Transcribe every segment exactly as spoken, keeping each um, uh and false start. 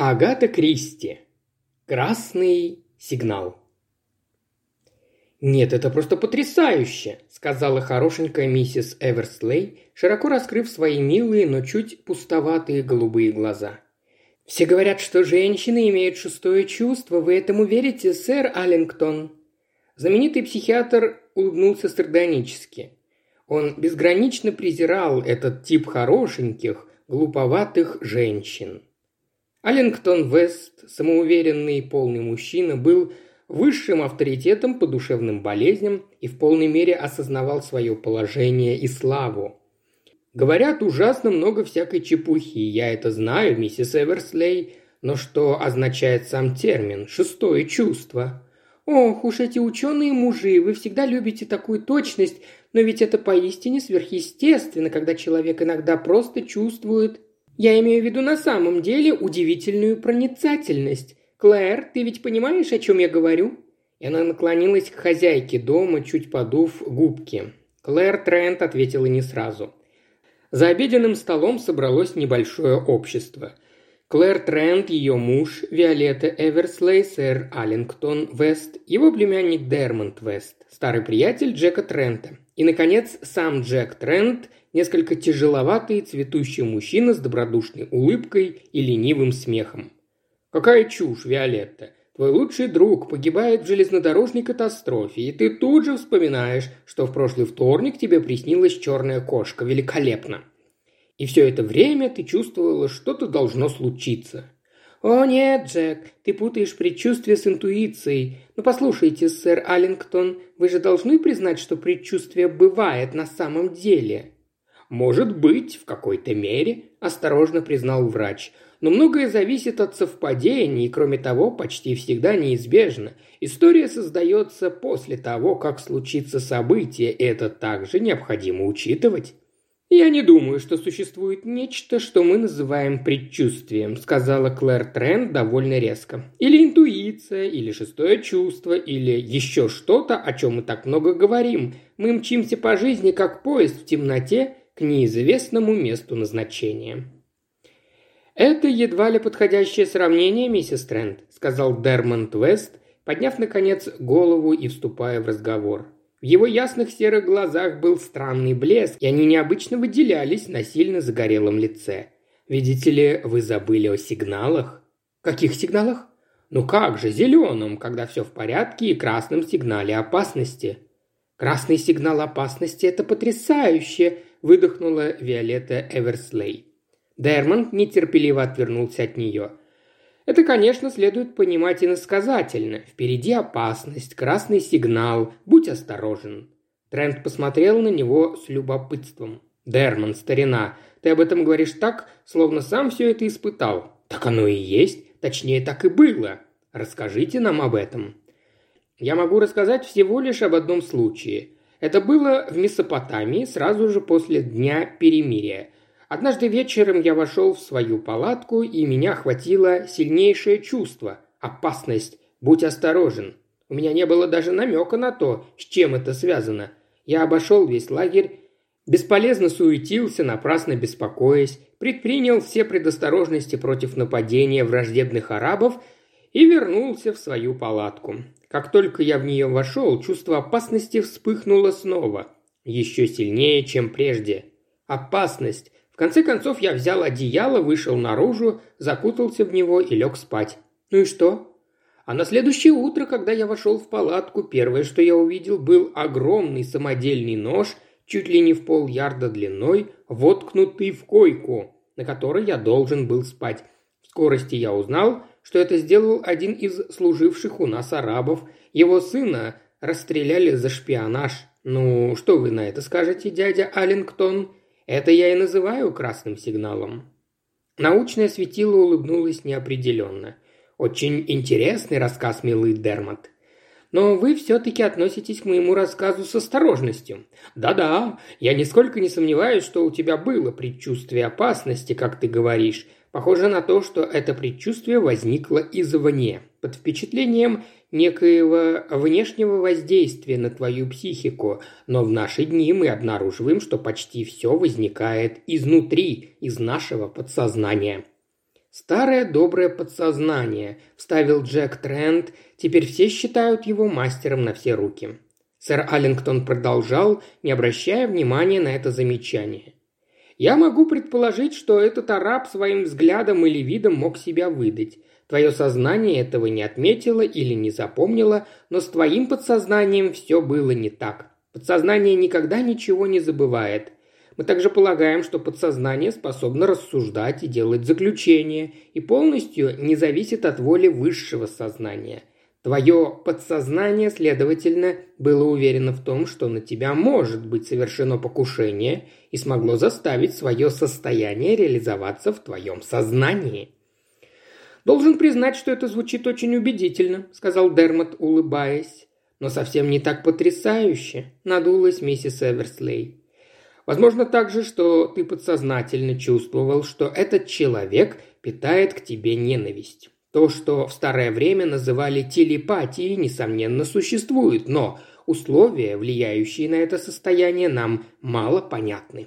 Агата Кристи. Красный сигнал. «Нет, это просто потрясающе!» – сказала хорошенькая миссис Эверслей, широко раскрыв свои милые, но чуть пустоватые голубые глаза. «Все говорят, что женщины имеют шестое чувство. Вы этому верите, сэр Аллингтон?» Знаменитый психиатр улыбнулся сардонически. Он безгранично презирал этот тип хорошеньких, глуповатых женщин. Аллингтон Вест, самоуверенный и полный мужчина, был высшим авторитетом по душевным болезням и в полной мере осознавал свое положение и славу. «Говорят ужасно много всякой чепухи, я это знаю, миссис Эверслей, но что означает сам термин «шестое чувство»?» «Ох уж эти ученые-мужи, вы всегда любите такую точность, но ведь это поистине сверхъестественно, когда человек иногда просто чувствует...» «Я имею в виду на самом деле удивительную проницательность. Клэр, ты ведь понимаешь, о чем я говорю?» И она наклонилась к хозяйке дома, чуть подув губки. Клэр Трент ответила не сразу. За обеденным столом собралось небольшое общество. Клэр Трент, ее муж, Виолетта Эверслей, сэр Аллингтон Вест, его племянник Дермонт Вест, старый приятель Джека Трента. И, наконец, сам Джек Трент, несколько цветущий цветущий мужчина с добродушной улыбкой и ленивым смехом. «Какая чушь, Виолетта! Твой лучший друг погибает в железнодорожной катастрофе, и ты тут же вспоминаешь, что в прошлый вторник тебе приснилась черная кошка. Великолепно! И все это время ты чувствовала, что-то должно случиться». «О нет, Джек, ты путаешь предчувствие с интуицией. Но послушайте, сэр Аллингтон, вы же должны признать, что предчувствие бывает на самом деле». «Может быть, в какой-то мере», – осторожно признал врач. «Но многое зависит от совпадений, и, кроме того, почти всегда неизбежно. История создается после того, как случится событие, и это также необходимо учитывать». «Я не думаю, что существует нечто, что мы называем предчувствием», – сказала Клэр Трент довольно резко. «Или интуиция, или шестое чувство, или еще что-то, о чем мы так много говорим. Мы мчимся по жизни, как поезд в темноте, к неизвестному месту назначения». «Это едва ли подходящее сравнение, миссис Трент», – сказал Дермонт Вест, подняв, наконец, голову и вступая в разговор. В его ясных серых глазах был странный блеск, и они необычно выделялись на сильно загорелом лице. «Видите ли, вы забыли о сигналах?» «Каких сигналах?» «Ну как же, зеленом, когда все в порядке, и красном сигнале опасности». «Красный сигнал опасности – это потрясающе!» – выдохнула Виолетта Эверслей. Дермонт нетерпеливо отвернулся от нее. «Это, конечно, следует понимать иносказательно. Впереди опасность, красный сигнал, будь осторожен». Трент посмотрел на него с любопытством. «Дермонт, старина, ты об этом говоришь так, словно сам все это испытал». «Так оно и есть, точнее, так и было. Расскажите нам об этом». «Я могу рассказать всего лишь об одном случае. Это было в Месопотамии сразу же после Дня Перемирия. Однажды вечером я вошел в свою палатку, и меня охватило сильнейшее чувство – опасность. Будь осторожен. У меня не было даже намека на то, с чем это связано. Я обошел весь лагерь, бесполезно суетился, напрасно беспокоясь, предпринял все предосторожности против нападения враждебных арабов и вернулся в свою палатку. Как только я в нее вошел, чувство опасности вспыхнуло снова, еще сильнее, чем прежде. Опасность. В конце концов я взял одеяло, вышел наружу, закутался в него и лег спать. Ну и что? А на следующее утро, когда я вошел в палатку, первое, что я увидел, был огромный самодельный нож, чуть ли не в полярда длиной, воткнутый в койку, на которой я должен был спать. В скорости я узнал, что это сделал один из служивших у нас арабов. Его сына расстреляли за шпионаж. Ну, что вы на это скажете, дядя Аллингтон? Это я и называю красным сигналом». Научное светило улыбнулось неопределенно. «Очень интересный рассказ, милый Дермонт. Но вы все-таки относитесь к моему рассказу с осторожностью. Да-да, я нисколько не сомневаюсь, что у тебя было предчувствие опасности, как ты говоришь. Похоже на то, что это предчувствие возникло извне, под впечатлением некоего внешнего воздействия на твою психику, но в наши дни мы обнаруживаем, что почти все возникает изнутри, из нашего подсознания». «Старое доброе подсознание», – вставил Джек Трент, – «теперь все считают его мастером на все руки». Сэр Аллингтон продолжал, не обращая внимания на это замечание. «Я могу предположить, что этот араб своим взглядом или видом мог себя выдать. Твое сознание этого не отметило или не запомнило, но с твоим подсознанием все было не так. Подсознание никогда ничего не забывает. Мы также полагаем, что подсознание способно рассуждать и делать заключения, и полностью не зависит от воли высшего сознания. Твое подсознание, следовательно, было уверено в том, что на тебя может быть совершено покушение и смогло заставить свое состояние реализоваться в твоем сознании». «Должен признать, что это звучит очень убедительно», – сказал Дермот, улыбаясь. «Но совсем не так потрясающе», – надулась миссис Эверслей. «Возможно также, что ты подсознательно чувствовал, что этот человек питает к тебе ненависть. То, что в старое время называли телепатией, несомненно, существует, но условия, влияющие на это состояние, нам мало понятны».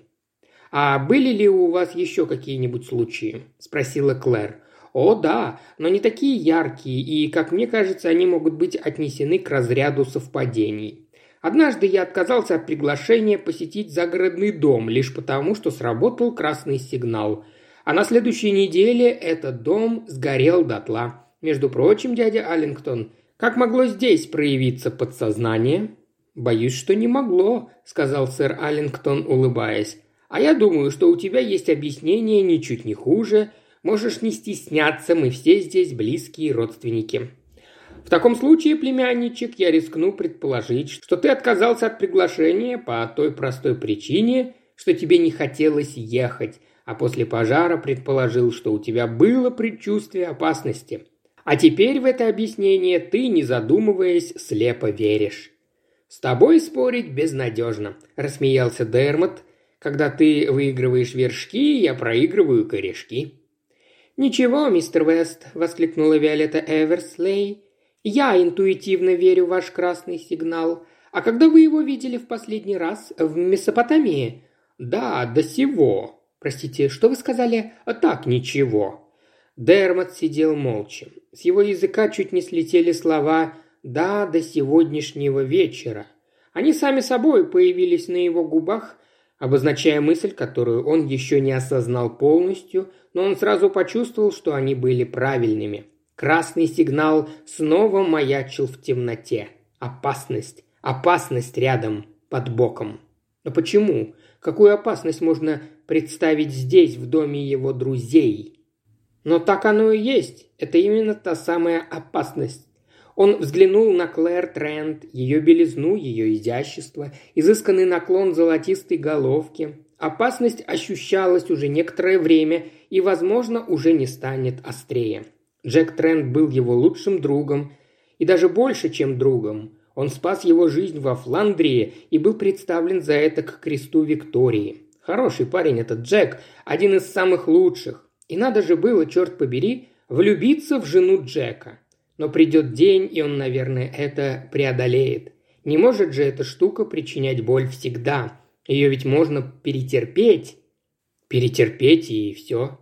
«А были ли у вас еще какие-нибудь случаи?» – спросила Клэр. «О, да, но не такие яркие, и, как мне кажется, они могут быть отнесены к разряду совпадений. Однажды я отказался от приглашения посетить загородный дом лишь потому, что сработал красный сигнал. А на следующей неделе этот дом сгорел дотла. Между прочим, дядя Аллингтон, как могло здесь проявиться подсознание?» «Боюсь, что не могло», – сказал сэр Аллингтон, улыбаясь. «А я думаю, что у тебя есть объяснение ничуть не хуже. Можешь не стесняться, мы все здесь близкие родственники». «В таком случае, племянничек, я рискну предположить, что ты отказался от приглашения по той простой причине, что тебе не хотелось ехать, а после пожара предположил, что у тебя было предчувствие опасности. А теперь в это объяснение ты, не задумываясь, слепо веришь». «С тобой спорить безнадежно», – рассмеялся Дермот. «Когда ты выигрываешь вершки, я проигрываю корешки». «Ничего, мистер Вест», – воскликнула Виолетта Эверслей. «Я интуитивно верю в ваш красный сигнал. А когда вы его видели в последний раз? В Месопотамии?» «Да, до сего». «Простите, что вы сказали?» «Так, ничего». Дермот сидел молча. С его языка чуть не слетели слова «да, до сегодняшнего вечера». Они сами собой появились на его губах, обозначая мысль, которую он еще не осознал полностью, но он сразу почувствовал, что они были правильными. Красный сигнал снова маячил в темноте. Опасность. Опасность рядом, под боком. Но почему? Какую опасность можно представить здесь, в доме его друзей? Но так оно и есть. Это именно та самая опасность. Он взглянул на Клэр Трент, ее белизну, ее изящество, изысканный наклон золотистой головки. Опасность ощущалась уже некоторое время и, возможно, уже не станет острее. Джек Трент был его лучшим другом, и даже больше, чем другом. Он спас его жизнь во Фландрии и был представлен за это к кресту Виктории. Хороший парень этот Джек, один из самых лучших. И надо же было, черт побери, влюбиться в жену Джека. Но придет день, и он, наверное, это преодолеет. Не может же эта штука причинять боль всегда. Ее ведь можно перетерпеть. Перетерпеть и все.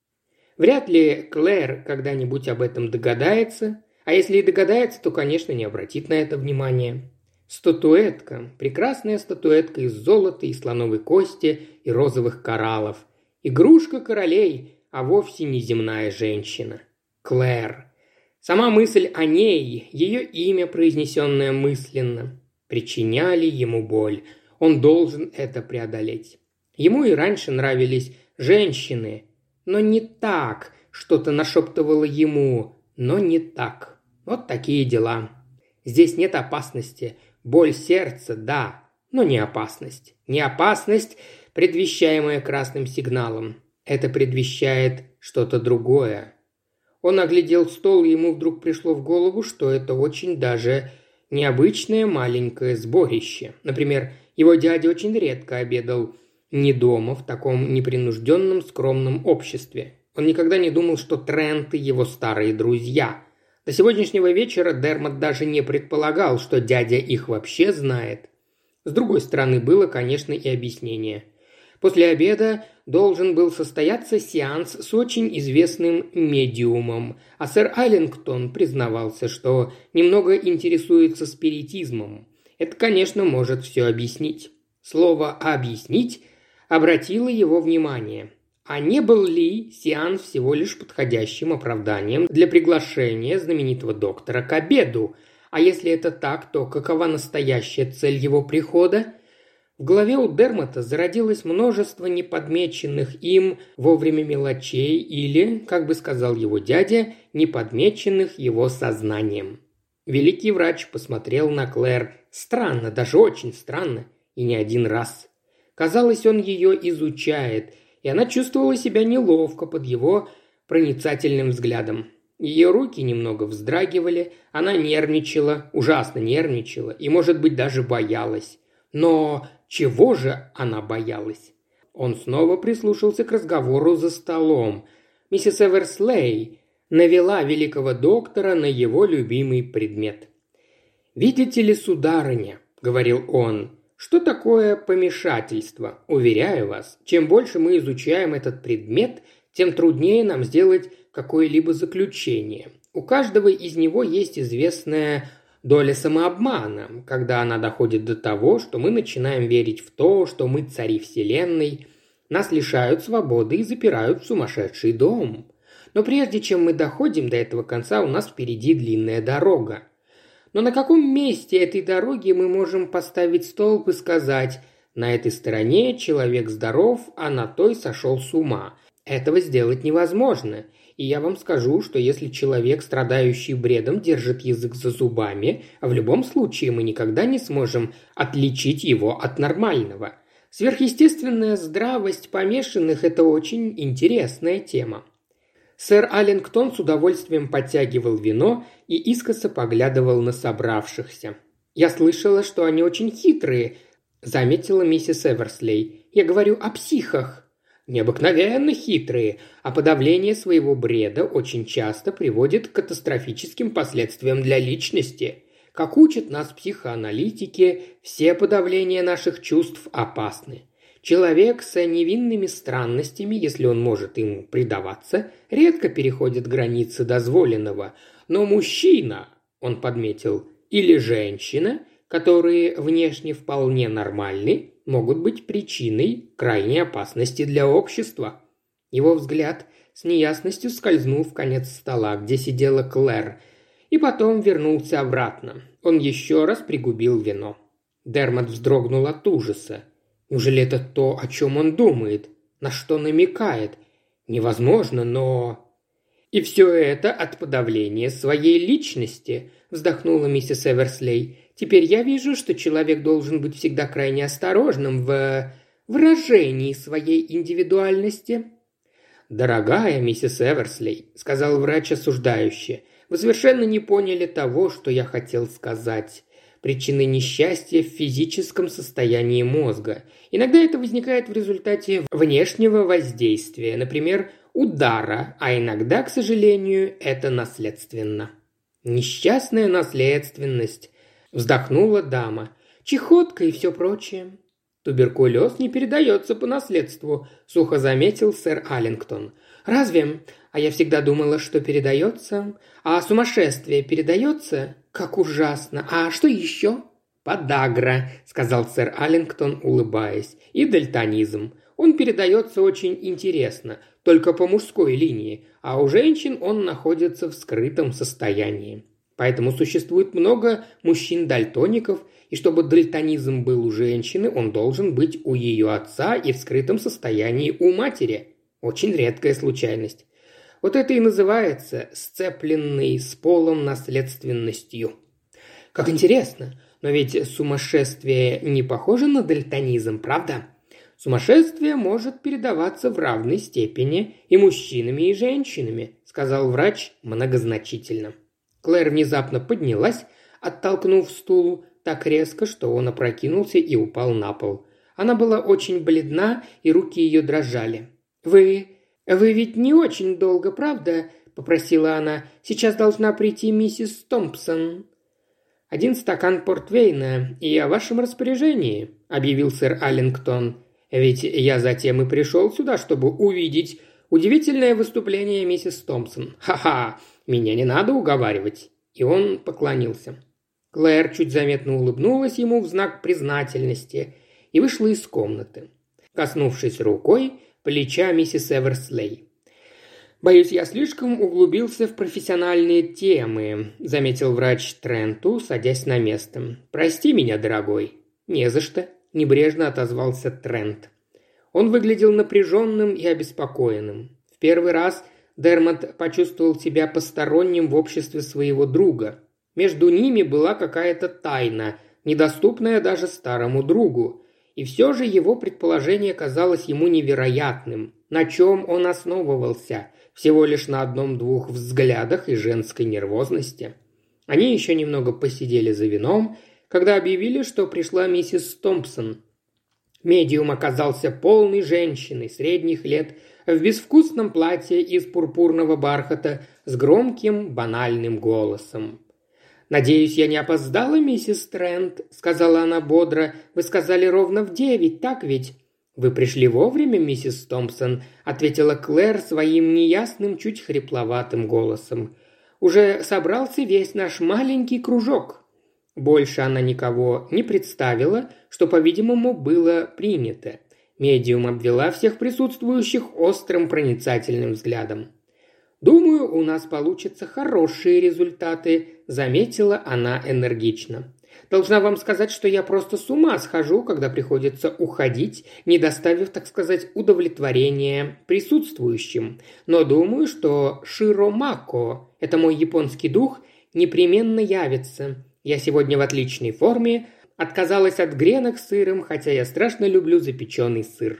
Вряд ли Клэр когда-нибудь об этом догадается, а если и догадается, то, конечно, не обратит на это внимания. Статуэтка, прекрасная статуэтка из золота и слоновой кости и розовых кораллов. Игрушка королей, а вовсе не земная женщина. Клэр. Сама мысль о ней, ее имя, произнесенное мысленно, причиняли ему боль. Он должен это преодолеть. Ему и раньше нравились женщины, но не так, что-то нашептывало ему, но не так. Вот такие дела. Здесь нет опасности. Боль сердца, да, но не опасность. Не опасность, предвещаемая красным сигналом. Это предвещает что-то другое. Он оглядел стол, и ему вдруг пришло в голову, что это очень даже необычное маленькое сборище. Например, его дядя очень редко обедал не дома, в таком непринужденном, скромном обществе. Он никогда не думал, что Тренты – его старые друзья. До сегодняшнего вечера Дермот даже не предполагал, что дядя их вообще знает. С другой стороны, было, конечно, и объяснение. После обеда должен был состояться сеанс с очень известным медиумом, а сэр Аллингтон признавался, что немного интересуется спиритизмом. Это, конечно, может все объяснить. Слово «объяснить» обратило его внимание. А не был ли сеанс всего лишь подходящим оправданием для приглашения знаменитого доктора к обеду? А если это так, то какова настоящая цель его прихода? В голове у Дермота зародилось множество неподмеченных им вовремя мелочей или, как бы сказал его дядя, неподмеченных его сознанием. Великий врач посмотрел на Клэр странно, даже очень странно, и не один раз. Казалось, он ее изучает, и она чувствовала себя неловко под его проницательным взглядом. Ее руки немного вздрагивали, она нервничала, ужасно нервничала и, может быть, даже боялась. Но чего же она боялась? Он снова прислушался к разговору за столом. Миссис Эверслей навела великого доктора на его любимый предмет. «Видите ли, сударыня», — говорил он, — «что такое помешательство? Уверяю вас, чем больше мы изучаем этот предмет, тем труднее нам сделать какое-либо заключение. У каждого из него есть известная доля самообмана, когда она доходит до того, что мы начинаем верить в то, что мы цари вселенной, нас лишают свободы и запирают в сумасшедший дом. Но прежде чем мы доходим до этого конца, у нас впереди длинная дорога. Но на каком месте этой дороги мы можем поставить столб и сказать: на этой стороне человек здоров, а на той сошел с ума? Этого сделать невозможно. И я вам скажу, что если человек, страдающий бредом, держит язык за зубами, в любом случае мы никогда не сможем отличить его от нормального. Сверхъестественная здравость помешанных – это очень интересная тема. Сэр Аллингтон с удовольствием подтягивал вино и искоса поглядывал на собравшихся. «Я слышала, что они очень хитрые», – заметила миссис Эверслей. «Я говорю о психах». «Необыкновенно хитрые, а подавление своего бреда очень часто приводит к катастрофическим последствиям для личности. Как учат нас психоаналитики, все подавления наших чувств опасны. Человек с невинными странностями, если он может им предаваться, редко переходит границы дозволенного. Но мужчина, он подметил, или женщина, которые внешне вполне нормальны, могут быть причиной крайней опасности для общества». Его взгляд с неясностью скользнул в конец стола, где сидела Клэр, и потом вернулся обратно. Он еще раз пригубил вино. Дермот вздрогнул от ужаса. Неужели это то, о чем он думает? На что намекает? Невозможно, но... «И все это от подавления своей личности», – вздохнула миссис Эверслей. «Теперь я вижу, что человек должен быть всегда крайне осторожным в выражении своей индивидуальности». «Дорогая миссис Эверслей», – сказал врач осуждающе, – «вы совершенно не поняли того, что я хотел сказать. Причины несчастья в физическом состоянии мозга. Иногда это возникает в результате внешнего воздействия, например, удара, а иногда, к сожалению, это наследственно». «Несчастная наследственность», – вздохнула дама. «Чехотка и все прочее». «Туберкулез не передается по наследству», – сухо заметил сэр Аллингтон. «Разве? А я всегда думала, что передается. А сумасшествие передается? Как ужасно. А что еще?» «Подагра», – сказал сэр Аллингтон, улыбаясь. «И дальтонизм. Он передается очень интересно, только по мужской линии, а у женщин он находится в скрытом состоянии. Поэтому существует много мужчин-дальтоников, и чтобы дальтонизм был у женщины, он должен быть у ее отца и в скрытом состоянии у матери. Очень редкая случайность. Вот это и называется сцепленной с полом наследственностью». «Как интересно, но ведь сумасшествие не похоже на дальтонизм, правда?» «Сумасшествие может передаваться в равной степени и мужчинами, и женщинами», – сказал врач многозначительно. Клэр внезапно поднялась, оттолкнув стул так резко, что он опрокинулся и упал на пол. Она была очень бледна, и руки ее дрожали. «Вы... вы ведь не очень долго, правда?» – попросила она. «Сейчас должна прийти миссис Томпсон». «Один стакан портвейна, и о вашем распоряжении», – объявил сэр Аллингтон. Ведь я затем и пришел сюда, чтобы увидеть удивительное выступление миссис Томпсон. Ха-ха, меня не надо уговаривать». И он поклонился. Клэр чуть заметно улыбнулась ему в знак признательности и вышла из комнаты, коснувшись рукой плеча миссис Эверслей. «Боюсь, я слишком углубился в профессиональные темы», – заметил врач Тренту, садясь на место. «Прости меня, дорогой». «Не за что», – небрежно отозвался Трент. Он выглядел напряженным и обеспокоенным. В первый раз Дермот почувствовал себя посторонним в обществе своего друга. Между ними была какая-то тайна, недоступная даже старому другу. И все же его предположение казалось ему невероятным. На чем он основывался? Всего лишь на одном-двух взглядах и женской нервозности. Они еще немного посидели за вином, когда объявили, что пришла миссис Томпсон. Медиум оказался полной женщиной средних лет, в безвкусном платье из пурпурного бархата с громким банальным голосом. «Надеюсь, я не опоздала, миссис Трент», – сказала она бодро. «Вы сказали ровно в девять, так ведь?» «Вы пришли вовремя, миссис Томпсон», – ответила Клэр своим неясным, чуть хрипловатым голосом. «Уже собрался весь наш маленький кружок». Больше она никого не представила, что, по-видимому, было принято. Медиум обвела всех присутствующих острым проницательным взглядом. «Думаю, у нас получатся хорошие результаты», – заметила она энергично. «Должна вам сказать, что я просто с ума схожу, когда приходится уходить, не доставив, так сказать, удовлетворения присутствующим. Но думаю, что Широмако, это мой японский дух, непременно явится. Я сегодня в отличной форме, отказалась от гренок с сыром, хотя я страшно люблю запеченный сыр».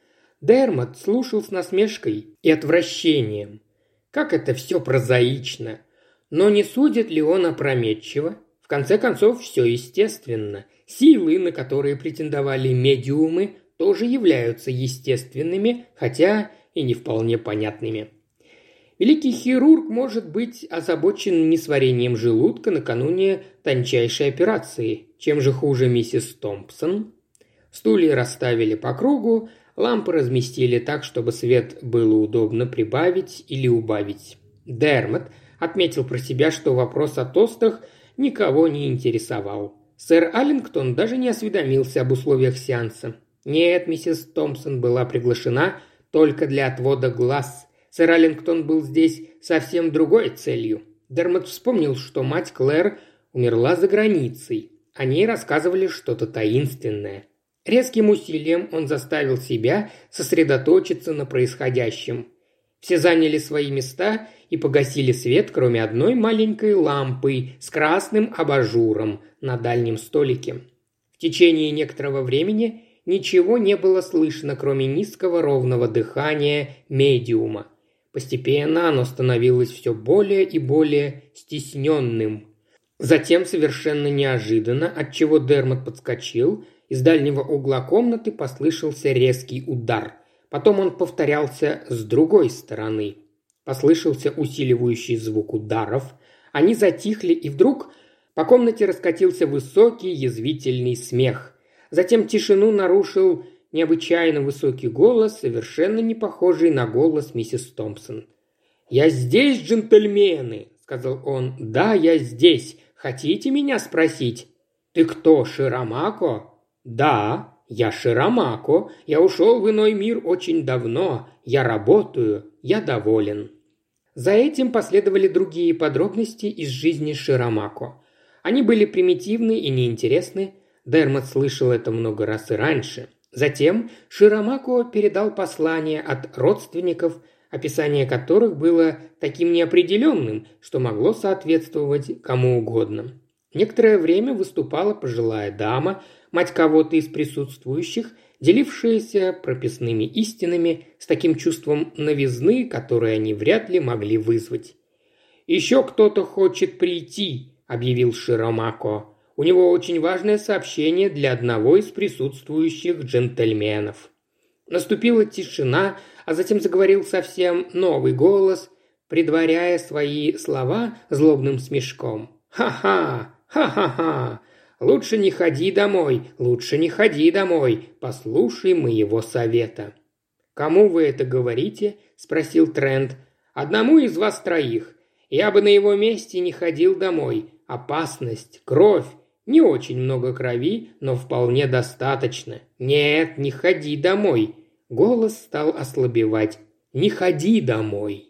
Дермот слушал с насмешкой и отвращением. Как это все прозаично! Но не судит ли он опрометчиво? В конце концов, все естественно. Силы, на которые претендовали медиумы, тоже являются естественными, хотя и не вполне понятными. Великий хирург может быть озабочен несварением желудка накануне тончайшей операции. Чем же хуже миссис Томпсон? Стулья расставили по кругу, лампы разместили так, чтобы свет было удобно прибавить или убавить. Дермот отметил про себя, что вопрос о тостах никого не интересовал. Сэр Аллингтон даже не осведомился об условиях сеанса. Нет, миссис Томпсон была приглашена только для отвода глаз. Сэр Аллингтон был здесь совсем другой целью. Дермот вспомнил, что мать Клэр умерла за границей. О ней рассказывали что-то таинственное. Резким усилием он заставил себя сосредоточиться на происходящем. Все заняли свои места и погасили свет, кроме одной маленькой лампы с красным абажуром на дальнем столике. В течение некоторого времени ничего не было слышно, кроме низкого ровного дыхания медиума. Постепенно оно становилось все более и более стесненным. Затем, совершенно неожиданно, отчего Дермот подскочил, из дальнего угла комнаты послышался резкий удар. Потом он повторялся с другой стороны. Послышался усиливающий звук ударов. Они затихли, и вдруг по комнате раскатился высокий язвительный смех. Затем тишину нарушил необычайно высокий голос, совершенно не похожий на голос миссис Томпсон. «Я здесь, джентльмены!» – сказал он. «Да, я здесь. Хотите меня спросить?» «Ты кто, Широмако?» «Да, я Широмако. Я ушел в иной мир очень давно. Я работаю. Я доволен». За этим последовали другие подробности из жизни Широмако. Они были примитивны и неинтересны. Дермот слышал это много раз и раньше. Затем Широмако передал послание от родственников, описание которых было таким неопределенным, что могло соответствовать кому угодно. Некоторое время выступала пожилая дама, мать кого-то из присутствующих, делившаяся прописными истинами с таким чувством новизны, которое они вряд ли могли вызвать. «Еще кто-то хочет прийти», – объявил Широмако. «У него очень важное сообщение для одного из присутствующих джентльменов». Наступила тишина, а затем заговорил совсем новый голос, предваряя свои слова злобным смешком. «Ха-ха! Ха-ха-ха! Лучше не ходи домой, лучше не ходи домой, послушай моего совета». «Кому вы это говорите?» – спросил Трент. «Одному из вас троих. Я бы на его месте не ходил домой. Опасность, кровь. Не очень много крови, но вполне достаточно. Нет, не ходи домой». Голос стал ослабевать. «Не ходи домой».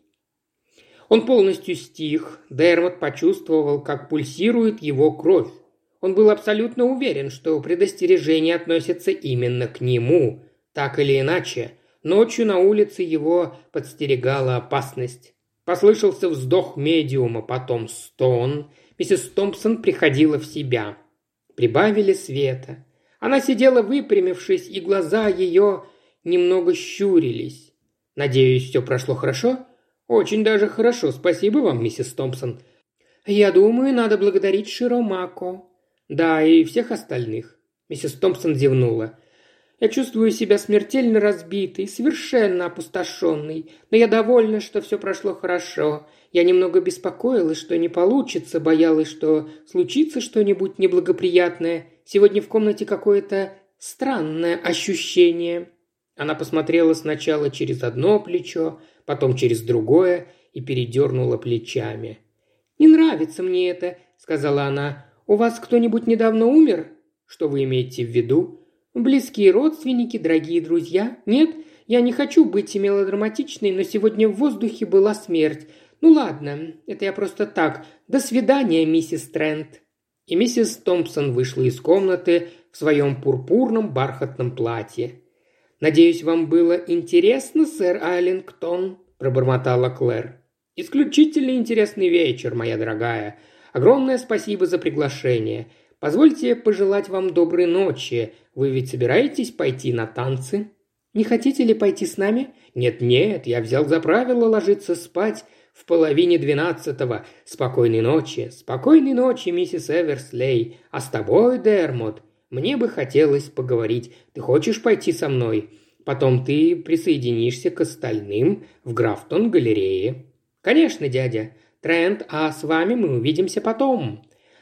Он полностью стих. Дермот почувствовал, как пульсирует его кровь. Он был абсолютно уверен, что предостережение относится именно к нему. Так или иначе, ночью на улице его подстерегала опасность. Послышался вздох медиума, потом стон. Миссис Томпсон приходила в себя. Прибавили света. Она сидела выпрямившись, и глаза ее немного щурились. «Надеюсь, все прошло хорошо?» «Очень даже хорошо. Спасибо вам, миссис Томпсон». «Я думаю, надо благодарить Широмако». «Да, и всех остальных». Миссис Томпсон зевнула. «Я чувствую себя смертельно разбитой, совершенно опустошенной, но я довольна, что все прошло хорошо. Я немного беспокоилась, что не получится, боялась, что случится что-нибудь неблагоприятное. Сегодня в комнате какое-то странное ощущение». Она посмотрела сначала через одно плечо, потом через другое и передернула плечами. «Не нравится мне это», — сказала она. «У вас кто-нибудь недавно умер?» «Что вы имеете в виду?» «Близкие родственники, дорогие друзья? Нет? Я не хочу быть мелодраматичной, но сегодня в воздухе была смерть. Ну ладно, это я просто так. До свидания, миссис Трент». И миссис Томпсон вышла из комнаты в своем пурпурном бархатном платье. «Надеюсь, вам было интересно, сэр Айлингтон?» – пробормотала Клэр. «Исключительно интересный вечер, моя дорогая. Огромное спасибо за приглашение. Позвольте пожелать вам доброй ночи. Вы ведь собираетесь пойти на танцы?» «Не хотите ли пойти с нами?» «Нет-нет, я взял за правило ложиться спать в половине двенадцатого. Спокойной ночи, спокойной ночи, миссис Эверслей. А с тобой, Дермот, мне бы хотелось поговорить. Ты хочешь пойти со мной? Потом ты присоединишься к остальным в Графтон-галерее». «Конечно, дядя. Трент, а с вами мы увидимся потом».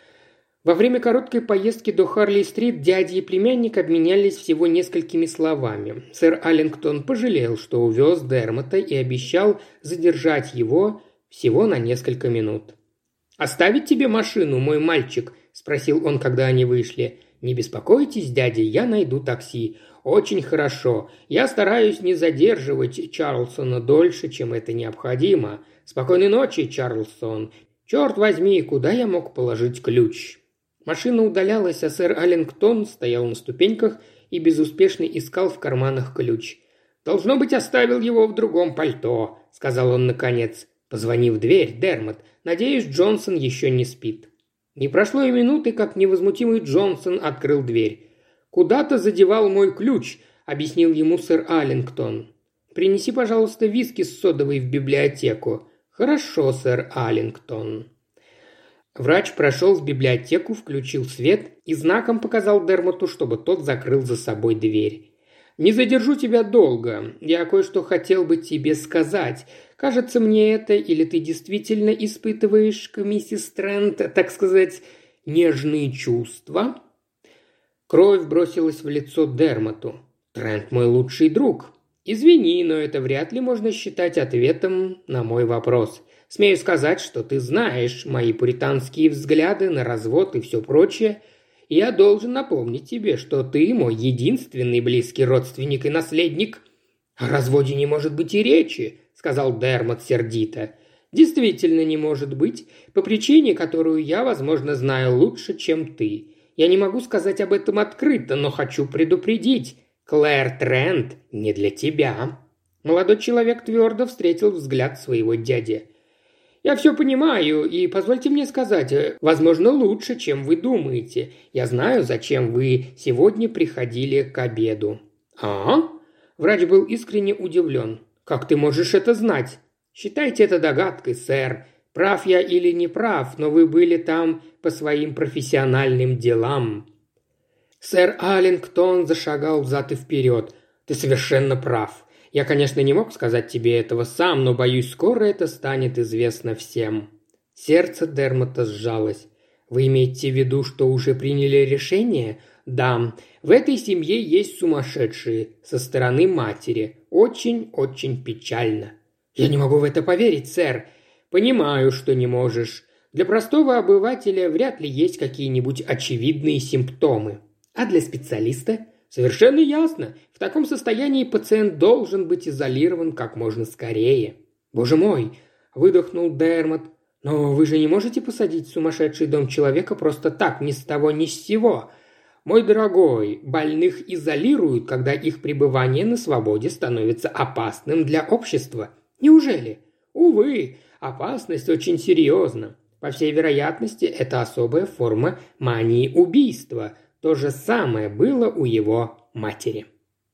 Во время короткой поездки до Харли-стрит дядя и племянник обменялись всего несколькими словами. Сэр Аллингтон пожалел, что увез Дермота, и обещал задержать его всего на несколько минут. «Оставить тебе машину, мой мальчик?» – спросил он, когда они вышли. «Не беспокойтесь, дядя, я найду такси». «Очень хорошо. Я стараюсь не задерживать Чарльсона дольше, чем это необходимо. Спокойной ночи, Чарльсон. Черт возьми, куда я мог положить ключ?» Машина удалялась, а сэр Аллингтон стоял на ступеньках и безуспешно искал в карманах ключ. «Должно быть, оставил его в другом пальто», — сказал он наконец. «Позвони в дверь, Дермот. Надеюсь, Джонсон еще не спит». Не прошло и минуты, как невозмутимый Джонсон открыл дверь. «Куда-то задевал мой ключ», — объяснил ему сэр Аллингтон. «Принеси, пожалуйста, виски с содовой в библиотеку». «Хорошо, сэр Аллингтон». Врач прошел в библиотеку, включил свет и знаком показал Дермоту, чтобы тот закрыл за собой дверь. «Не задержу тебя долго. Я кое-что хотел бы тебе сказать. Кажется мне это, или ты действительно испытываешь к миссис Трент, так сказать, нежные чувства?» Кровь бросилась в лицо Дермоту. «Трент мой лучший друг. Извини, но это вряд ли можно считать ответом на мой вопрос. Смею сказать, что ты знаешь мои пуританские взгляды на развод и все прочее. И я должен напомнить тебе, что ты мой единственный близкий родственник и наследник». «О разводе не может быть и речи», — сказал Дермот сердито. «Действительно не может быть, по причине, которую я, возможно, знаю лучше, чем ты. Я не могу сказать об этом открыто, но хочу предупредить. Клэр Трент не для тебя». Молодой человек твердо встретил взгляд своего дяди. «Я все понимаю, и позвольте мне сказать, возможно, лучше, чем вы думаете. Я знаю, зачем вы сегодня приходили к обеду». «А?» Врач был искренне удивлен. «Как ты можешь это знать?» «Считайте это догадкой, сэр. Прав я или не прав, но вы были там по своим профессиональным делам». Сэр Аллингтон зашагал взад и вперед. «Ты совершенно прав. Я, конечно, не мог сказать тебе этого сам, но, боюсь, скоро это станет известно всем». Сердце Дермота сжалось. Вы имеете в виду, что уже приняли решение? Да, в этой семье есть сумасшедшие со стороны матери. Очень-очень печально. Я не могу в это поверить, сэр. Понимаю, что не можешь. Для простого обывателя вряд ли есть какие-нибудь очевидные симптомы. А для специалиста? Совершенно ясно. В таком состоянии пациент должен быть изолирован как можно скорее. Боже мой, выдохнул Дермот. Но вы же не можете посадить в сумасшедший дом человека просто так, ни с того, ни с сего. Мой дорогой, больных изолируют, когда их пребывание на свободе становится опасным для общества. Неужели? Увы, опасность очень серьезна. По всей вероятности, это особая форма мании убийства. То же самое было у его матери.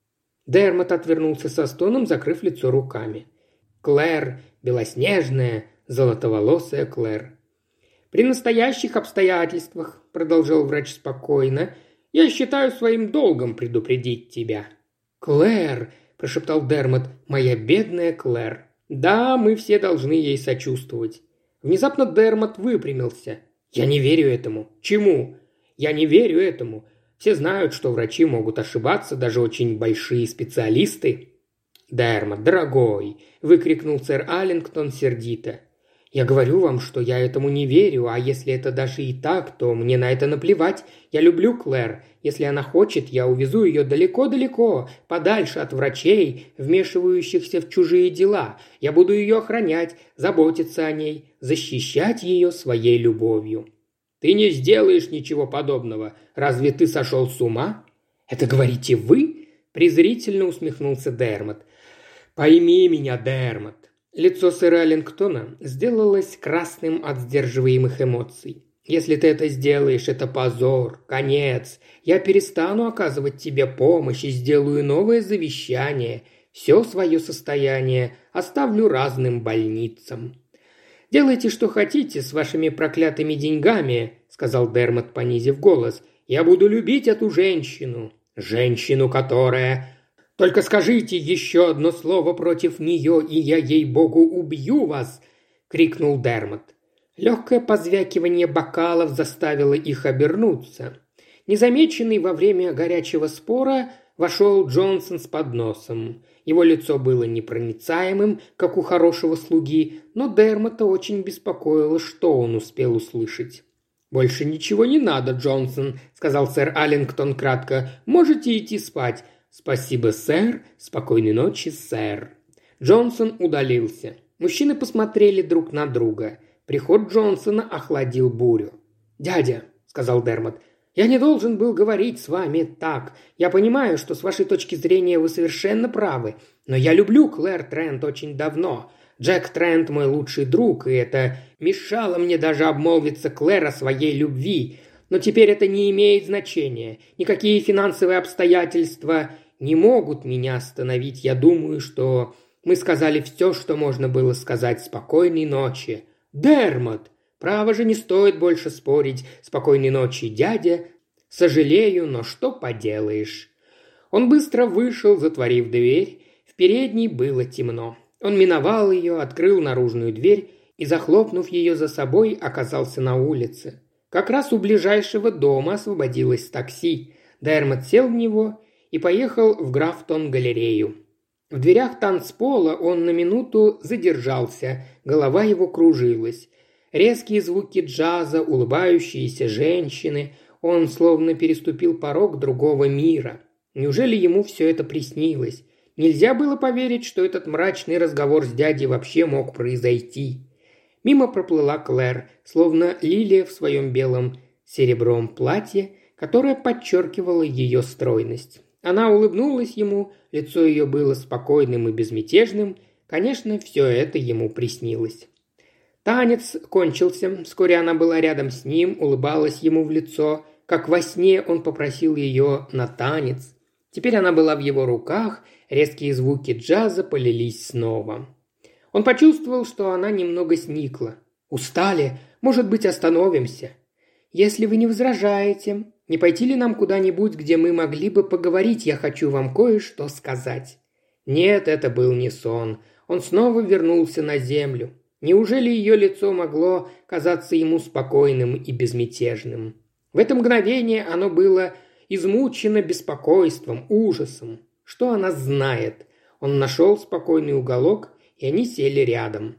Дермот отвернулся со стоном, закрыв лицо руками. Клэр, белоснежная, золотоволосая Клэр. «При настоящих обстоятельствах», – продолжал врач спокойно, – «я считаю своим долгом предупредить тебя». «Клэр», – прошептал Дермот, – «моя бедная Клэр». «Да, мы все должны ей сочувствовать». Внезапно Дермот выпрямился. «Я не верю этому». «Чему?» «Я не верю этому. Все знают, что врачи могут ошибаться, даже очень большие специалисты». «Дермот, дорогой!» – выкрикнул сэр Аллингтон сердито. «Я говорю вам, что я этому не верю, а если это даже и так, то мне на это наплевать. Я люблю Клэр. Если она хочет, я увезу ее далеко-далеко, подальше от врачей, вмешивающихся в чужие дела. Я буду ее охранять, заботиться о ней, защищать ее своей любовью». «Ты не сделаешь ничего подобного. Разве ты сошел с ума?» «Это говорите вы?» – презрительно усмехнулся Дермот. «Пойми меня, Дермот». Лицо сэра Аллингтона сделалось красным от сдерживаемых эмоций. «Если ты это сделаешь, это позор, конец. Я перестану оказывать тебе помощь и сделаю новое завещание. Все свое состояние оставлю разным больницам». «Делайте, что хотите с вашими проклятыми деньгами», – сказал Дермот, понизив голос. «Я буду любить эту женщину. Женщину, которая... Только скажите еще одно слово против нее, и я, ей-богу, убью вас!» – крикнул Дермот. Легкое позвякивание бокалов заставило их обернуться. Незамеченный во время горячего спора вошел Джонсон с подносом. Его лицо было непроницаемым, как у хорошего слуги, но Дермота очень беспокоило, что он успел услышать. «Больше ничего не надо, Джонсон», – сказал сэр Аллингтон кратко. «Можете идти спать». «Спасибо, сэр. Спокойной ночи, сэр». Джонсон удалился. Мужчины посмотрели друг на друга. Приход Джонсона охладил бурю. «Дядя», – сказал Дермот, – «я не должен был говорить с вами так. Я понимаю, что с вашей точки зрения вы совершенно правы. Но я люблю Клэр Трент очень давно. Джек Трент мой лучший друг, и это мешало мне даже обмолвиться Клэр о своей любви. Но теперь это не имеет значения. Никакие финансовые обстоятельства не могут меня остановить. Я думаю, что мы сказали все, что можно было сказать. Спокойной ночи. Дермот! Право же, не стоит больше спорить. Спокойной ночи, дядя. Сожалею, но что поделаешь». Он быстро вышел, затворив дверь. В передней было темно. Он миновал ее, открыл наружную дверь и, захлопнув ее за собой, оказался на улице. Как раз у ближайшего дома освободилось такси. Дермот сел в него и поехал в Графтон-галерею. В дверях танцпола он на минуту задержался, голова его кружилась. Резкие звуки джаза, улыбающиеся женщины. Он словно переступил порог другого мира. Неужели ему все это приснилось? Нельзя было поверить, что этот мрачный разговор с дядей вообще мог произойти. Мимо проплыла Клэр, словно лилия в своем белом серебром платье, которое подчеркивало ее стройность. Она улыбнулась ему, лицо ее было спокойным и безмятежным. Конечно, все это ему приснилось. Танец кончился, вскоре она была рядом с ним, улыбалась ему в лицо, как во сне он попросил ее на танец. Теперь она была в его руках, резкие звуки джаза полились снова. Он почувствовал, что она немного сникла. «Устали? Может быть, остановимся?» «Если вы не возражаете, не пойти ли нам куда-нибудь, где мы могли бы поговорить? Я хочу вам кое-что сказать». Нет, это был не сон. Он снова вернулся на землю. Неужели ее лицо могло казаться ему спокойным и безмятежным? В это мгновение оно было измучено беспокойством, ужасом. Что она знает? Он нашел спокойный уголок, и они сели рядом.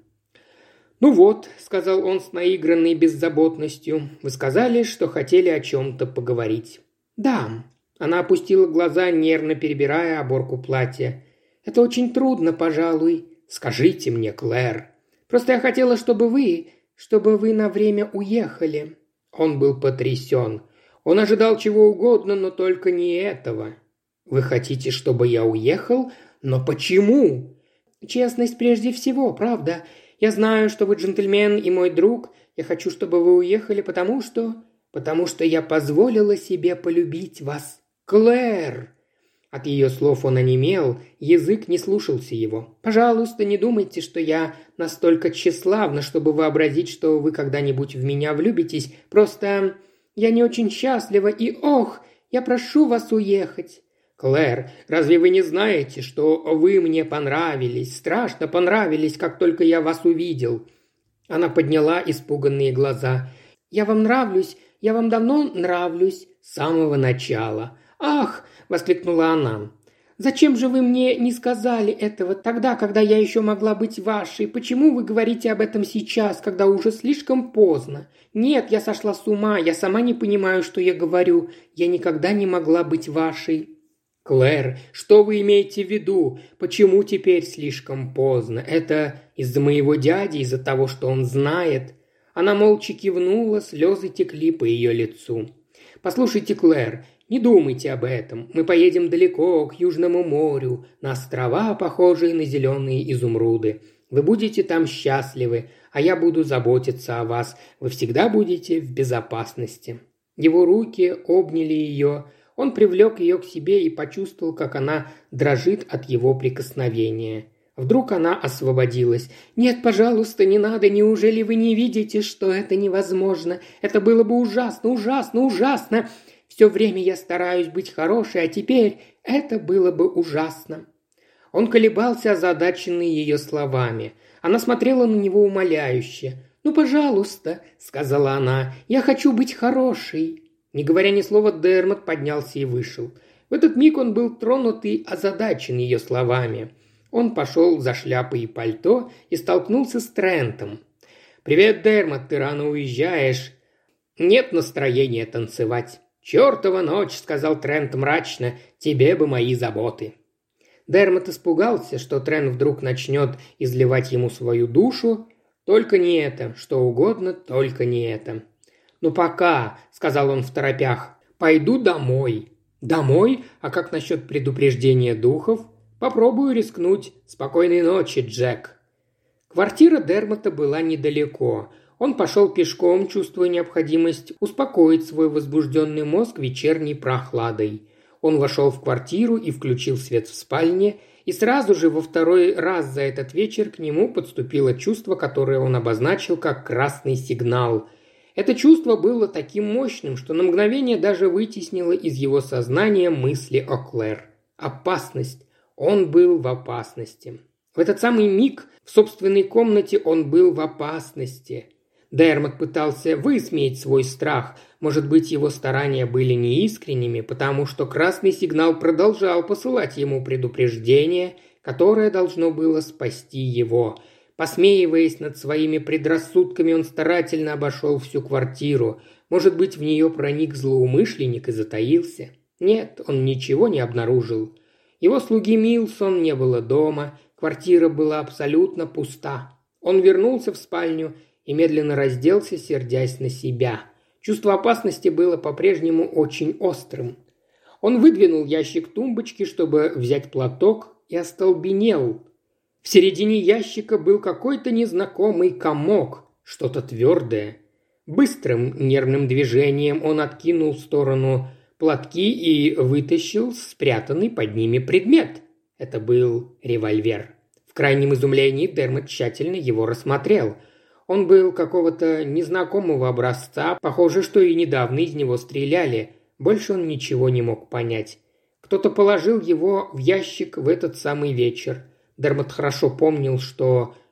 «Ну вот», — сказал он с наигранной беззаботностью, — «вы сказали, что хотели о чем-то поговорить». «Да». Она опустила глаза, нервно перебирая оборку платья. «Это очень трудно, пожалуй». «Скажите мне, Клэр». «Просто я хотела, чтобы вы, чтобы вы на время уехали». Он был потрясен. Он ожидал чего угодно, но только не этого. «Вы хотите, чтобы я уехал? Но почему?» «Честность прежде всего, правда. Я знаю, что вы джентльмен и мой друг. Я хочу, чтобы вы уехали, потому что... Потому что я позволила себе полюбить вас. Клэр!» От ее слов он онемел, язык не слушался его. «Пожалуйста, не думайте, что я настолько тщеславна, чтобы вообразить, что вы когда-нибудь в меня влюбитесь. Просто я не очень счастлива и, ох, я прошу вас уехать». «Клэр, разве вы не знаете, что вы мне понравились, страшно понравились, как только я вас увидел?» Она подняла испуганные глаза. «Я вам нравлюсь, я вам давно нравлюсь, с самого начала». «Ах!» – воскликнула она. «Зачем же вы мне не сказали этого тогда, когда я еще могла быть вашей? Почему вы говорите об этом сейчас, когда уже слишком поздно? Нет, я сошла с ума, я сама не понимаю, что я говорю. Я никогда не могла быть вашей». «Клэр, что вы имеете в виду? Почему теперь слишком поздно? Это из-за моего дяди, из-за того, что он знает?» Она молча кивнула, слезы текли по ее лицу. «Послушайте, Клэр, не думайте об этом. Мы поедем далеко, к Южному морю, на острова, похожие на зеленые изумруды. Вы будете там счастливы, а я буду заботиться о вас. Вы всегда будете в безопасности». Его руки обняли ее. Он привлек ее к себе и почувствовал, как она дрожит от его прикосновения. Вдруг она освободилась. «Нет, пожалуйста, не надо. Неужели вы не видите, что это невозможно? Это было бы ужасно, ужасно, ужасно. Все время я стараюсь быть хорошей, а теперь это было бы ужасно». Он колебался, озадаченный ее словами. Она смотрела на него умоляюще. «Ну, пожалуйста», — сказала она, — «я хочу быть хорошей». Не говоря ни слова, Дермот поднялся и вышел. В этот миг он был тронут и озадачен ее словами. Он пошел за шляпой и пальто и столкнулся с Трентом. «Привет, Дермот, ты рано уезжаешь. Нет настроения танцевать». «Чертова ночь», — сказал Трент мрачно, — «тебе бы мои заботы». Дермот испугался, что Трент вдруг начнет изливать ему свою душу. Только не это, что угодно, только не это. «Ну пока», — сказал он второпях, — «пойду домой». «Домой? А как насчет предупреждения духов?» «Попробую рискнуть. Спокойной ночи, Джек». Квартира Дермота была недалеко. Он пошел пешком, чувствуя необходимость успокоить свой возбужденный мозг вечерней прохладой. Он вошел в квартиру и включил свет в спальне, и сразу же во второй раз за этот вечер к нему подступило чувство, которое он обозначил как красный сигнал. Это чувство было таким мощным, что на мгновение даже вытеснило из его сознания мысли о Клэр. Опасность. Он был в опасности. В этот самый миг в собственной комнате он был в опасности. Дермот пытался высмеять свой страх. Может быть, его старания были неискренними, потому что красный сигнал продолжал посылать ему предупреждение, которое должно было спасти его. Посмеиваясь над своими предрассудками, он старательно обошел всю квартиру. Может быть, в нее проник злоумышленник и затаился. Нет, он ничего не обнаружил. Его слуги Милсон не было дома, квартира была абсолютно пуста. Он вернулся в спальню и медленно разделся, сердясь на себя. Чувство опасности было по-прежнему очень острым. Он выдвинул ящик тумбочки, чтобы взять платок, и остолбенел. В середине ящика был какой-то незнакомый комок, что-то твердое. Быстрым нервным движением он откинул в сторону платки и вытащил спрятанный под ними предмет. Это был револьвер. В крайнем изумлении Дермот тщательно его рассмотрел. Он был какого-то незнакомого образца, похоже, что и недавно из него стреляли. Больше он ничего не мог понять. Кто-то положил его в ящик в этот самый вечер. Дермот хорошо помнил, что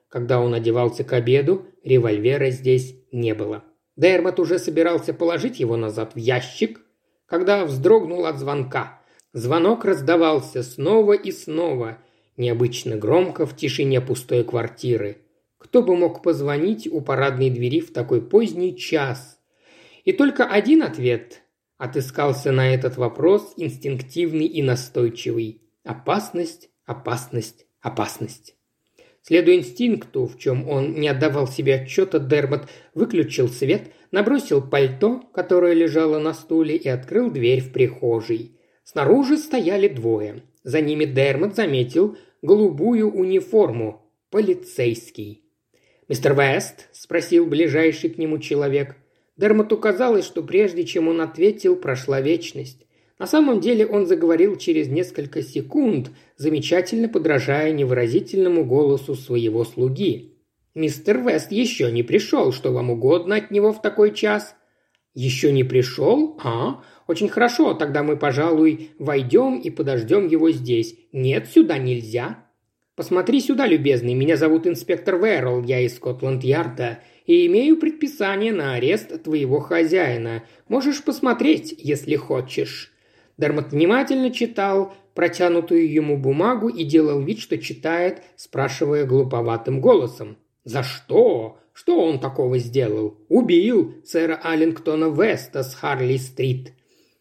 Когда он одевался к обеду, револьвера здесь не было. Дермот уже собирался положить его назад в ящик, когда вздрогнул от звонка. Звонок раздавался снова и снова, необычно громко в тишине пустой квартиры. Кто бы мог позвонить у парадной двери в такой поздний час? И только один ответ отыскался на этот вопрос, инстинктивный и настойчивый. Опасность, опасность, опасность. Следуя инстинкту, в чем он не отдавал себе отчета, Дермот выключил свет, набросил пальто, которое лежало на стуле, и открыл дверь в прихожей. Снаружи стояли двое. За ними Дермот заметил голубую униформу – полицейский. «Мистер Вест?» – спросил ближайший к нему человек. Дермоту казалось, что прежде чем он ответил, прошла вечность. На самом деле он заговорил через несколько секунд, замечательно подражая невыразительному голосу своего слуги. «Мистер Вест еще не пришел. Что вам угодно от него в такой час?» «Еще не пришел? А, очень хорошо. Тогда мы, пожалуй, войдем и подождем его здесь. Нет, сюда нельзя». «Посмотри сюда, любезный. Меня зовут инспектор Вэрролл. Я из Скотланд-Ярда и имею предписание на арест твоего хозяина. Можешь посмотреть, если хочешь». Дермот внимательно читал протянутую ему бумагу и делал вид, что читает, спрашивая глуповатым голосом. «За что? Что он такого сделал? Убил сэра Аллингтона Веста с Харли-стрит».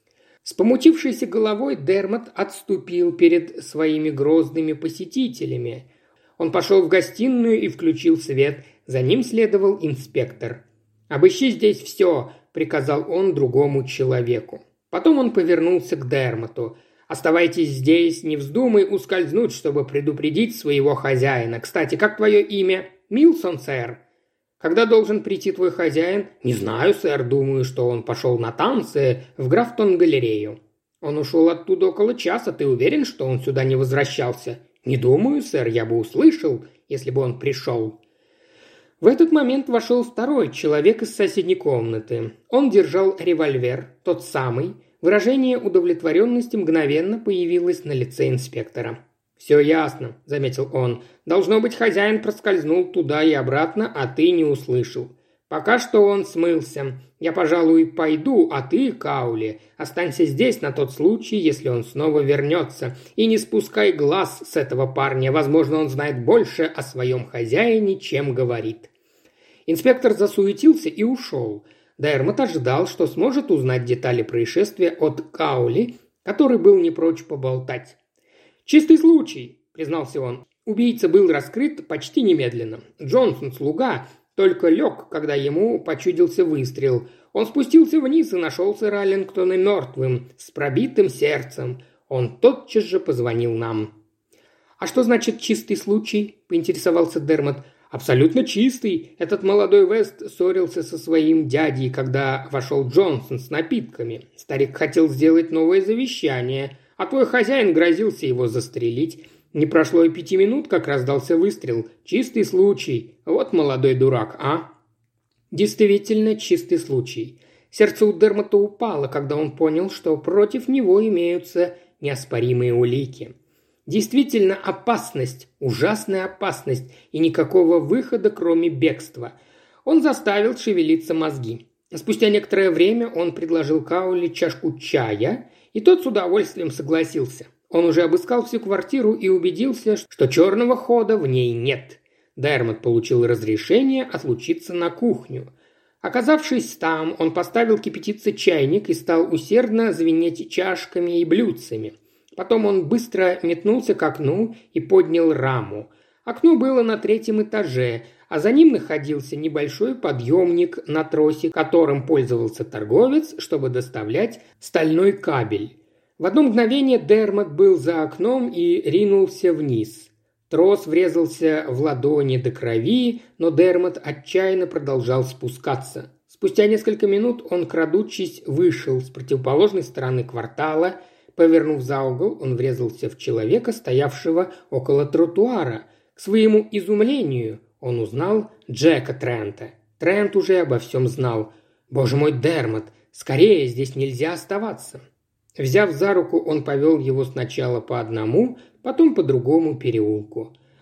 С помутившейся головой Дермот отступил перед своими грозными посетителями. Он пошел в гостиную и включил свет. За ним следовал инспектор. «Обыщи здесь все», – приказал он другому человеку. Потом он повернулся к Дермоту. «Оставайтесь здесь, не вздумай ускользнуть, чтобы предупредить своего хозяина. Кстати, как твое имя?» «Милсон, сэр». «Когда должен прийти твой хозяин?» «Не знаю, сэр. Думаю, что он пошел на танцы в Графтон-галерею». «Он ушел оттуда около часа. Ты уверен, что он сюда не возвращался?» «Не думаю, сэр. Я бы услышал, если бы он пришел». В этот момент вошел второй человек из соседней комнаты. Он держал револьвер, тот самый. Выражение удовлетворенности мгновенно появилось на лице инспектора. «Все ясно», – заметил он. «Должно быть, хозяин проскользнул туда и обратно, а ты не услышал. Пока что он смылся. Я, пожалуй, пойду, а ты, Каули, останься здесь на тот случай, если он снова вернется. И не спускай глаз с этого парня. Возможно, он знает больше о своем хозяине, чем говорит». Инспектор засуетился и ушел. Дермот ожидал, что сможет узнать детали происшествия от Каули, который был не прочь поболтать. «Чистый случай», – признался он. «Убийца был раскрыт почти немедленно. Джонсон, слуга, только лег, когда ему почудился выстрел. Он спустился вниз и нашел сэра Аллингтона мертвым, с пробитым сердцем. Он тотчас же позвонил нам». «А что значит чистый случай?» – поинтересовался Дермот. «Абсолютно чистый. Этот молодой Вест ссорился со своим дядей, когда вошел Джонсон с напитками. Старик хотел сделать новое завещание, а твой хозяин грозился его застрелить. Не прошло и пяти минут, как раздался выстрел. Чистый случай. Вот молодой дурак, а?» Действительно чистый случай. Сердце у Дермота упало, когда он понял, что против него имеются неоспоримые улики. Действительно опасность, ужасная опасность, и никакого выхода, кроме бегства. Он заставил шевелиться мозги. Спустя некоторое время он предложил Каули чашку чая, и тот с удовольствием согласился. Он уже обыскал всю квартиру и убедился, что черного хода в ней нет. Дермот получил разрешение отлучиться на кухню. Оказавшись там, он поставил кипятиться чайник и стал усердно звенеть чашками и блюдцами. Потом он быстро метнулся к окну и поднял раму. Окно было на третьем этаже, а за ним находился небольшой подъемник на тросе, которым пользовался торговец, чтобы доставлять стальной кабель. В одно мгновение Дермот был за окном и ринулся вниз. Трос врезался в ладони до крови, но Дермот отчаянно продолжал спускаться. Спустя несколько минут он, крадучись, вышел с противоположной стороны квартала. Повернув за угол, он врезался в человека, стоявшего около тротуара. К своему изумлению он узнал Джека Трента. Трент уже обо всем знал. «Боже мой, Дермот, скорее, здесь нельзя оставаться». Взяв за руку, он повел его сначала по одному, потом по другому переулку.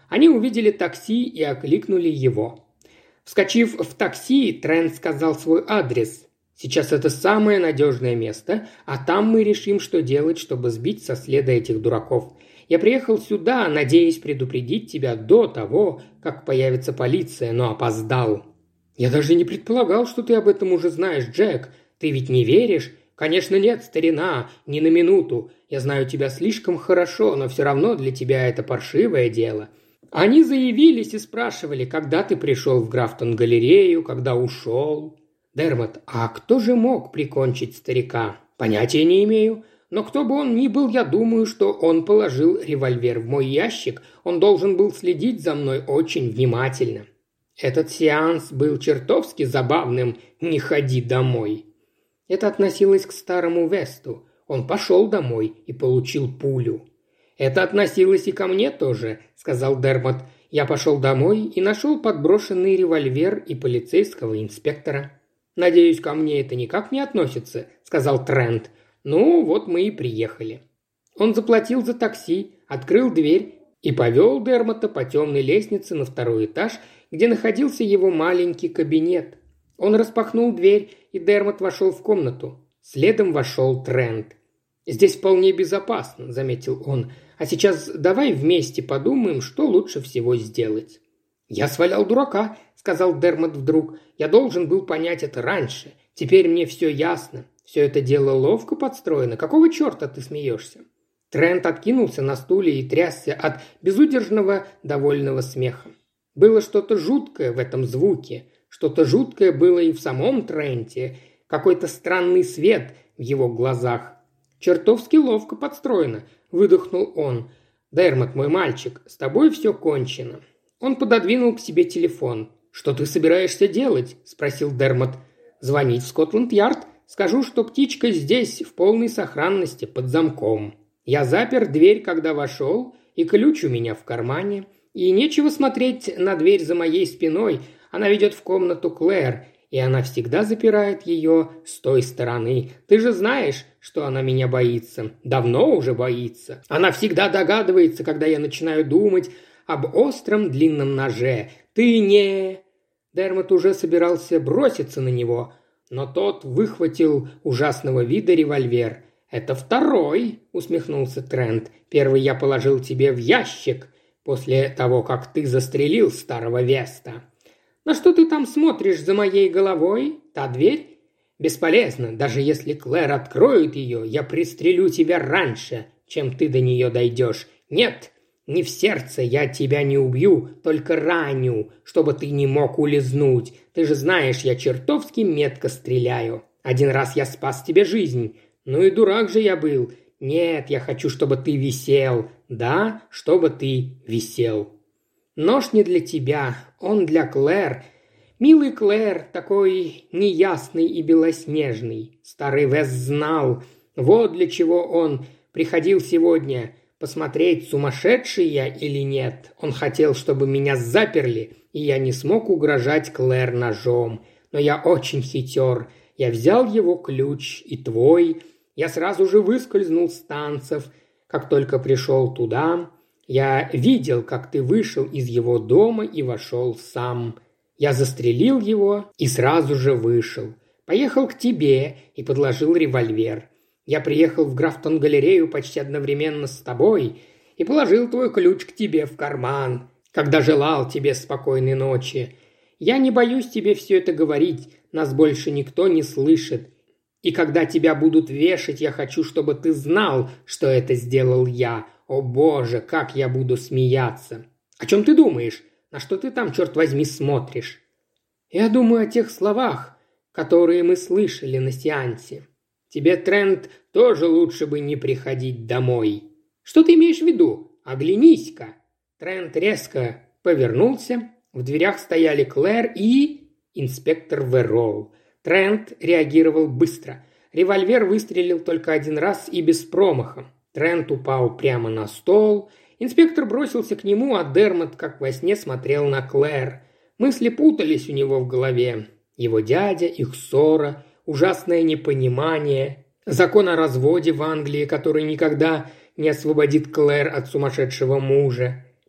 Они увидели такси и окликнули его. Вскочив в такси, Трент сказал свой адрес. «Сейчас это самое надежное место, а там мы решим, что делать, чтобы сбить со следа этих дураков. Я приехал сюда, надеясь предупредить тебя до того, как появится полиция, но опоздал». «Я даже не предполагал, что ты об этом уже знаешь, Джек. Ты ведь не веришь?» «Конечно нет, старина, ни на минуту. Я знаю тебя слишком хорошо, но все равно для тебя это паршивое дело». Они заявились и спрашивали, когда ты пришел в Графтон-галерею, когда ушел. Дермот, а кто же мог прикончить старика? Понятия не имею. Но кто бы он ни был, я думаю, что он положил револьвер в мой ящик. Он должен был следить за мной очень внимательно. Этот сеанс был чертовски забавным «Не ходи домой». Это относилось к старому Весту. Он пошел домой и получил пулю. «Это относилось и ко мне тоже», – сказал Дермот. «Я пошел домой и нашел подброшенный револьвер и полицейского инспектора». «Надеюсь, ко мне это никак не относится», – сказал Трент. «Ну, вот мы и приехали». Он заплатил за такси, открыл дверь и повел Дермота по темной лестнице на второй этаж, где находился его маленький кабинет. Он распахнул дверь, и Дермот вошел в комнату. Следом вошел Трент. «Здесь вполне безопасно», – заметил он. «А сейчас давай вместе подумаем, что лучше всего сделать». «Я свалял дурака», – сказал Дермот вдруг. «Я должен был понять это раньше. Теперь мне все ясно. Все это дело ловко подстроено. Какого черта ты смеешься?» Трент откинулся на стуле и трясся от безудержного довольного смеха. Было что-то жуткое в этом звуке. Что-то жуткое было и в самом Тренте. Какой-то странный свет в его глазах. «Чертовски ловко подстроено», – выдохнул он. «Дермот, мой мальчик, с тобой все кончено». Он пододвинул к себе телефон. «Что ты собираешься делать?» – спросил Дермот. «Звонить в Скотланд-Ярд. Скажу, что птичка здесь в полной сохранности, под замком. Я запер дверь, когда вошел, и ключ у меня в кармане. И нечего смотреть на дверь за моей спиной. Она ведет в комнату Клэр, и она всегда запирает ее с той стороны. Ты же знаешь, что она меня боится. Давно уже боится. Она всегда догадывается, когда я начинаю думать об остром длинном ноже. Ты не...» Дермот уже собирался броситься на него, но тот выхватил ужасного вида револьвер. «Это второй», — усмехнулся Трент. «Первый я положил тебе в ящик после того, как ты застрелил старого Веста». «На что ты там смотришь за моей головой? Та дверь?» «Бесполезно. Даже если Клэр откроет ее, я пристрелю тебя раньше, чем ты до нее дойдешь. Нет, не в сердце я тебя не убью, только раню, чтобы ты не мог улизнуть. Ты же знаешь, я чертовски метко стреляю. Один раз я спас тебе жизнь. Ну и дурак же я был. Нет, я хочу, чтобы ты висел. Да, чтобы ты висел». «Нож не для тебя, он для Клэр. Милый Клэр, такой неясный и белоснежный. Старый Вес знал, вот для чего он приходил сегодня, посмотреть, сумасшедший я или нет. Он хотел, чтобы меня заперли, и я не смог угрожать Клэр ножом. Но я очень хитер. Я взял его ключ и твой. Я сразу же выскользнул с танцев, как только пришел туда. Я видел, как ты вышел из его дома и вошел сам. Я застрелил его и сразу же вышел. Поехал к тебе и подложил револьвер. Я приехал в Графтон-галерею почти одновременно с тобой и положил твой ключ к тебе в карман, когда желал тебе спокойной ночи. Я не боюсь тебе все это говорить, нас больше никто не слышит. И когда тебя будут вешать, я хочу, чтобы ты знал, что это сделал я. О боже, как я буду смеяться! О чем ты думаешь? На что ты там, черт возьми, смотришь?» «Я думаю о тех словах, которые мы слышали на сеансе. Тебе, Трент, тоже лучше бы не приходить домой. Что ты имеешь в виду? Оглянись-ка!» Трент резко повернулся. В дверях стояли Клэр и... инспектор Верроу. Трент реагировал быстро. Револьвер выстрелил только один раз и без промаха. Трент упал прямо на стол. Инспектор бросился к нему, а Дермот, как во сне, смотрел на Клэр. Мысли путались у него в голове. Его дядя, их ссора, ужасное непонимание, закон о разводе в Англии, который никогда не освободит Клэр от сумасшедшего мужа.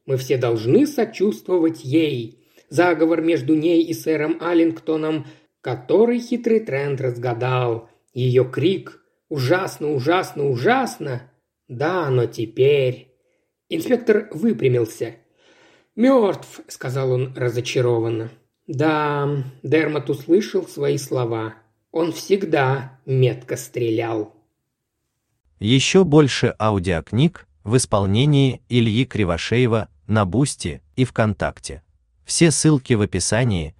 Мы все должны сочувствовать ей. Заговор между ней и сэром Аллингтоном, который хитрый Трент разгадал. Ее крик «Ужасно, ужасно, ужасно!» Да, но теперь... Инспектор выпрямился. «Мертв», — сказал он разочарованно. Да, Дермот услышал свои слова. Он всегда метко стрелял. Еще больше аудиокниг в исполнении Ильи Кривошеева на Бусти и ВКонтакте. Все ссылки в описании.